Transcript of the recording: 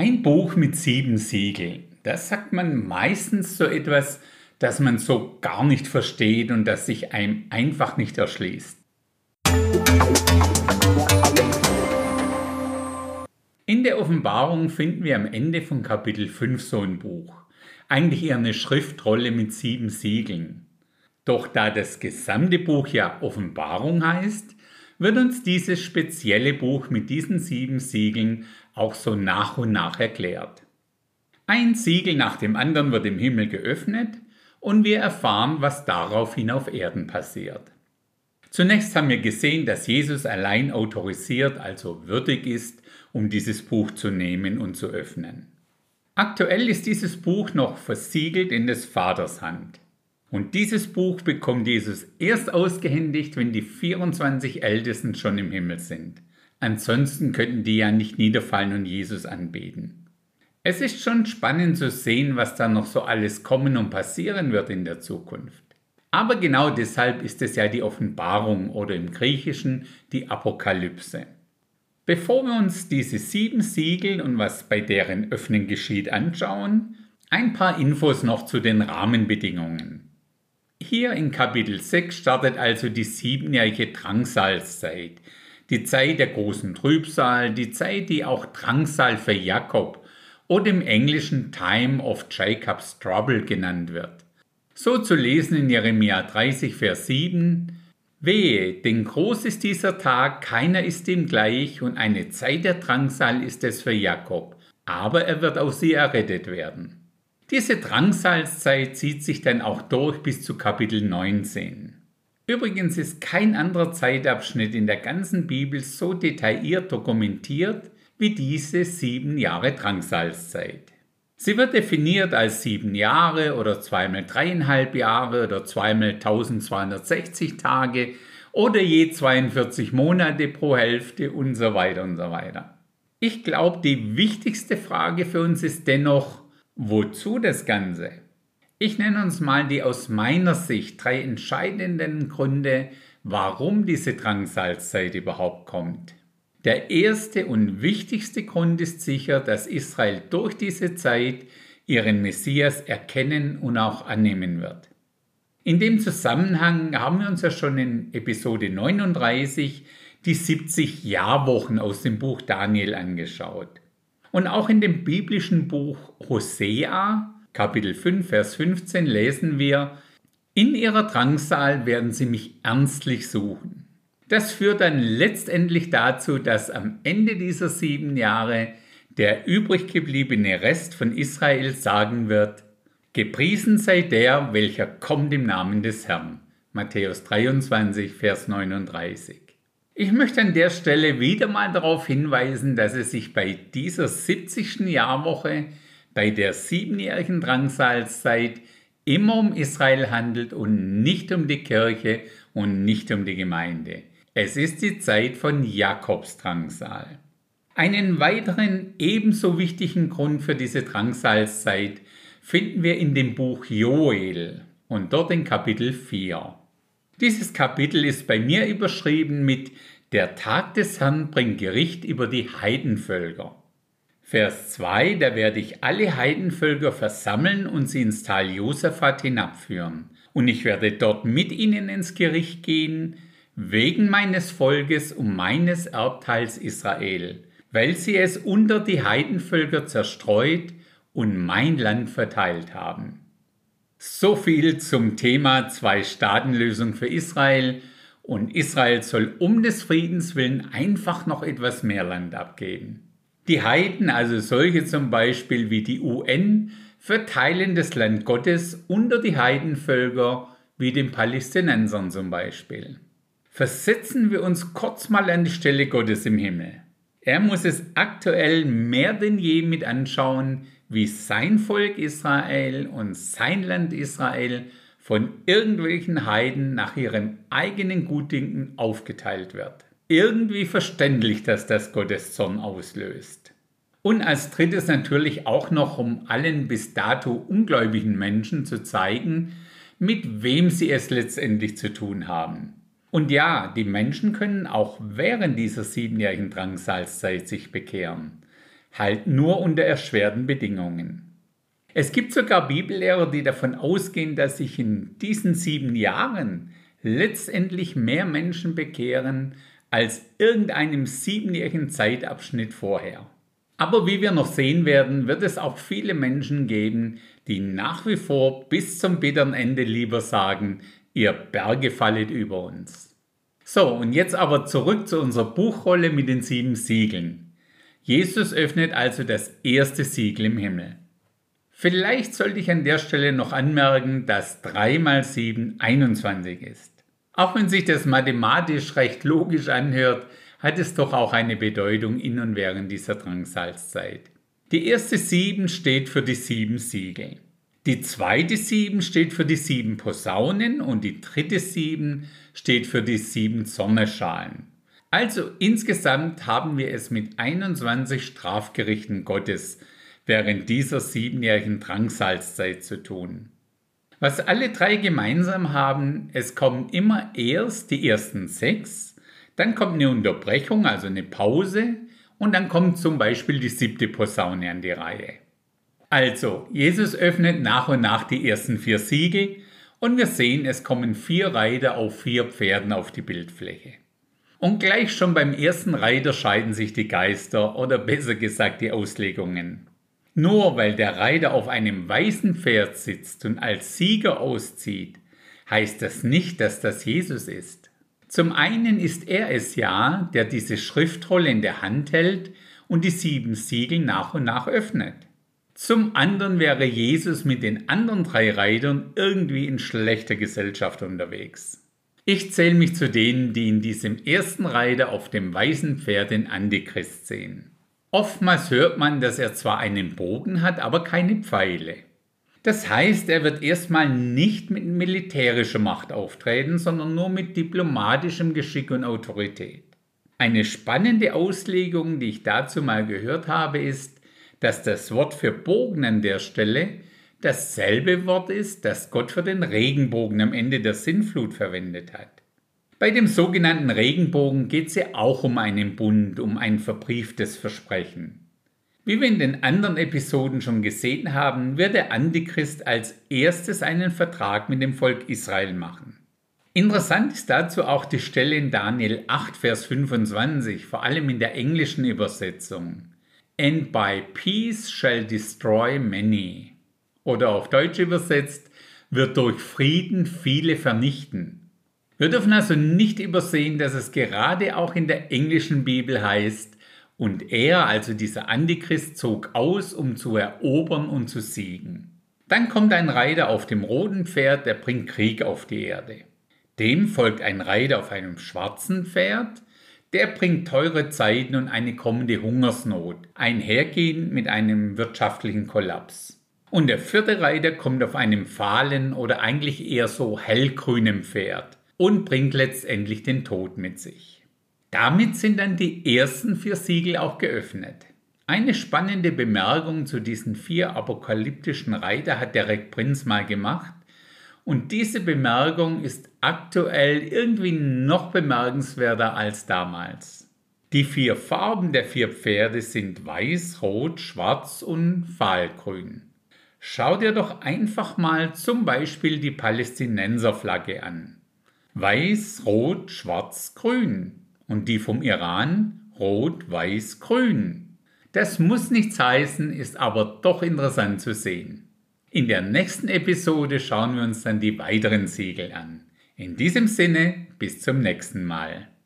Ein Buch mit 7 Siegeln. Das sagt man meistens so etwas, das man so gar nicht versteht und das sich einem einfach nicht erschließt. In der Offenbarung finden wir am Ende von Kapitel 5 so ein Buch. Eigentlich eher eine Schriftrolle mit 7 Siegeln. Doch da das gesamte Buch ja Offenbarung heißt, wird uns dieses spezielle Buch mit diesen 7 Siegeln auch so nach und nach erklärt. Ein Siegel nach dem anderen wird im Himmel geöffnet und wir erfahren, was daraufhin auf Erden passiert. Zunächst haben wir gesehen, dass Jesus allein autorisiert, also würdig ist, um dieses Buch zu nehmen und zu öffnen. Aktuell ist dieses Buch noch versiegelt in des Vaters Hand. Und dieses Buch bekommt Jesus erst ausgehändigt, wenn die 24 Ältesten schon im Himmel sind. Ansonsten könnten die ja nicht niederfallen und Jesus anbeten. Es ist schon spannend zu sehen, was da noch so alles kommen und passieren wird in der Zukunft. Aber genau deshalb ist es ja die Offenbarung oder im Griechischen die Apokalypse. Bevor wir uns diese 7 Siegel und was bei deren Öffnen geschieht anschauen, ein paar Infos noch zu den Rahmenbedingungen. Hier in Kapitel 6 startet also die 7-jährige Drangsalzzeit, die Zeit der großen Trübsal, die Zeit, die auch Drangsal für Jakob oder im Englischen Time of Jacob's Trouble genannt wird. So zu lesen in Jeremia 30, Vers 7: Wehe, denn groß ist dieser Tag, keiner ist ihm gleich, und eine Zeit der Drangsal ist es für Jakob, aber er wird aus sie errettet werden. Diese Drangsalzzeit zieht sich dann auch durch bis zu Kapitel 19. Übrigens ist kein anderer Zeitabschnitt in der ganzen Bibel so detailliert dokumentiert wie diese 7 Jahre Drangsalzzeit. Sie wird definiert als 7 Jahre oder 2 mal 3,5 Jahre oder 2 mal 1260 Tage oder je 42 Monate pro Hälfte und so weiter und so weiter. Ich glaube, die wichtigste Frage für uns ist dennoch, wozu das Ganze? Ich nenne uns mal die aus meiner Sicht 3 entscheidenden Gründe, warum diese Drangsalzzeit überhaupt kommt. Der erste und wichtigste Grund ist sicher, dass Israel durch diese Zeit ihren Messias erkennen und auch annehmen wird. In dem Zusammenhang haben wir uns ja schon in Episode 39 die 70 Jahrwochen aus dem Buch Daniel angeschaut. Und auch in dem biblischen Buch Hosea, Kapitel 5, Vers 15 lesen wir: In ihrer Drangsal werden sie mich ernstlich suchen. Das führt dann letztendlich dazu, dass am Ende dieser 7 Jahre der übrig gebliebene Rest von Israel sagen wird: Gepriesen sei der, welcher kommt im Namen des Herrn. Matthäus 23, Vers 39. Ich möchte an der Stelle wieder mal darauf hinweisen, dass es sich bei dieser 70. Jahrwoche, bei der 7-jährigen Drangsalzzeit, immer um Israel handelt und nicht um die Kirche und nicht um die Gemeinde. Es ist die Zeit von Jakobs Drangsal. Einen weiteren ebenso wichtigen Grund für diese Drangsalzzeit finden wir in dem Buch Joel und dort in Kapitel 4. Dieses Kapitel ist bei mir überschrieben mit: Der Tag des Herrn bringt Gericht über die Heidenvölker. Vers 2: Da werde ich alle Heidenvölker versammeln und sie ins Tal Josaphat hinabführen. Und ich werde dort mit ihnen ins Gericht gehen, wegen meines Volkes und meines Erbteils Israel, weil sie es unter die Heidenvölker zerstreut und mein Land verteilt haben. So viel zum Thema 2-Staaten-Lösung für Israel, und Israel soll um des Friedens willen einfach noch etwas mehr Land abgeben. Die Heiden, also solche zum Beispiel wie die UN, verteilen das Land Gottes unter die Heidenvölker wie den Palästinensern zum Beispiel. Versetzen wir uns kurz mal an die Stelle Gottes im Himmel. Er muss es aktuell mehr denn je mit anschauen, wie sein Volk Israel und sein Land Israel von irgendwelchen Heiden nach ihrem eigenen Gutdünken aufgeteilt wird. Irgendwie verständlich, dass das Gottes Zorn auslöst. Und als drittes natürlich auch noch, um allen bis dato ungläubigen Menschen zu zeigen, mit wem sie es letztendlich zu tun haben. Und ja, die Menschen können auch während dieser 7-jährigen Drangsalzzeit sich bekehren. halt nur unter erschwerten Bedingungen. Es gibt sogar Bibellehrer, die davon ausgehen, dass sich in diesen 7 Jahren letztendlich mehr Menschen bekehren als irgendeinem 7-jährigen Zeitabschnitt vorher. Aber wie wir noch sehen werden, wird es auch viele Menschen geben, die nach wie vor bis zum bitteren Ende lieber sagen, ihr Berge fallet über uns. So, und jetzt aber zurück zu unserer Buchrolle mit den 7 Siegeln. Jesus öffnet also das erste Siegel im Himmel. Vielleicht sollte ich an der Stelle noch anmerken, dass 3 mal 7 21 ist. Auch wenn sich das mathematisch recht logisch anhört, hat es doch auch eine Bedeutung in und während dieser Drangsalzzeit. Die erste 7 steht für die 7 Siegel. Die zweite 7 steht für die 7 Posaunen und die dritte 7 steht für die 7 Zornesschalen. Also insgesamt haben wir es mit 21 Strafgerichten Gottes während dieser 7-jährigen Drangsalzzeit zu tun. Was alle 3 gemeinsam haben, es kommen immer erst die ersten 6, dann kommt eine Unterbrechung, also eine Pause, und dann kommt zum Beispiel die 7. Posaune an die Reihe. Also, Jesus öffnet nach und nach die ersten 4 Siegel und wir sehen, es kommen 4 Reiter auf 4 Pferden auf die Bildfläche. Und gleich schon beim ersten Reiter scheiden sich die Geister oder besser gesagt die Auslegungen. Nur weil der Reiter auf einem weißen Pferd sitzt und als Sieger auszieht, heißt das nicht, dass das Jesus ist. Zum einen ist er es ja, der diese Schriftrolle in der Hand hält und die 7 Siegel nach und nach öffnet. Zum anderen wäre Jesus mit den anderen 3 Reitern irgendwie in schlechter Gesellschaft unterwegs. Ich zähle mich zu denen, die in diesem ersten Reiter auf dem weißen Pferd den Antichrist sehen. Oftmals hört man, dass er zwar einen Bogen hat, aber keine Pfeile. Das heißt, er wird erstmal nicht mit militärischer Macht auftreten, sondern nur mit diplomatischem Geschick und Autorität. Eine spannende Auslegung, die ich dazu mal gehört habe, ist, dass das Wort für Bogen an der Stelle dasselbe Wort ist, das Gott für den Regenbogen am Ende der Sintflut verwendet hat. Bei dem sogenannten Regenbogen geht es ja auch um einen Bund, um ein verbrieftes Versprechen. Wie wir in den anderen Episoden schon gesehen haben, wird der Antichrist als erstes einen Vertrag mit dem Volk Israel machen. Interessant ist dazu auch die Stelle in Daniel 8, Vers 25, vor allem in der englischen Übersetzung. And by peace shall destroy many. Oder auf Deutsch übersetzt, wird durch Frieden viele vernichten. Wir dürfen also nicht übersehen, dass es gerade auch in der englischen Bibel heißt, und er, also dieser Antichrist, zog aus, um zu erobern und zu siegen. Dann kommt ein Reiter auf dem roten Pferd, der bringt Krieg auf die Erde. Dem folgt ein Reiter auf einem schwarzen Pferd, der bringt teure Zeiten und eine kommende Hungersnot, einhergehend mit einem wirtschaftlichen Kollaps. Und der 4. Reiter kommt auf einem fahlen oder eigentlich eher so hellgrünen Pferd und bringt letztendlich den Tod mit sich. Damit sind dann die ersten 4 Siegel auch geöffnet. Eine spannende Bemerkung zu diesen 4 apokalyptischen Reiter hat Derek Prinz mal gemacht und diese Bemerkung ist aktuell irgendwie noch bemerkenswerter als damals. Die 4 Farben der 4 Pferde sind weiß, rot, schwarz und fahlgrün. Schau dir doch einfach mal zum Beispiel die Palästinenserflagge an. Weiß, rot, schwarz, grün. Und die vom Iran rot, weiß, grün. Das muss nichts heißen, ist aber doch interessant zu sehen. In der nächsten Episode schauen wir uns dann die weiteren Siegel an. In diesem Sinne, bis zum nächsten Mal.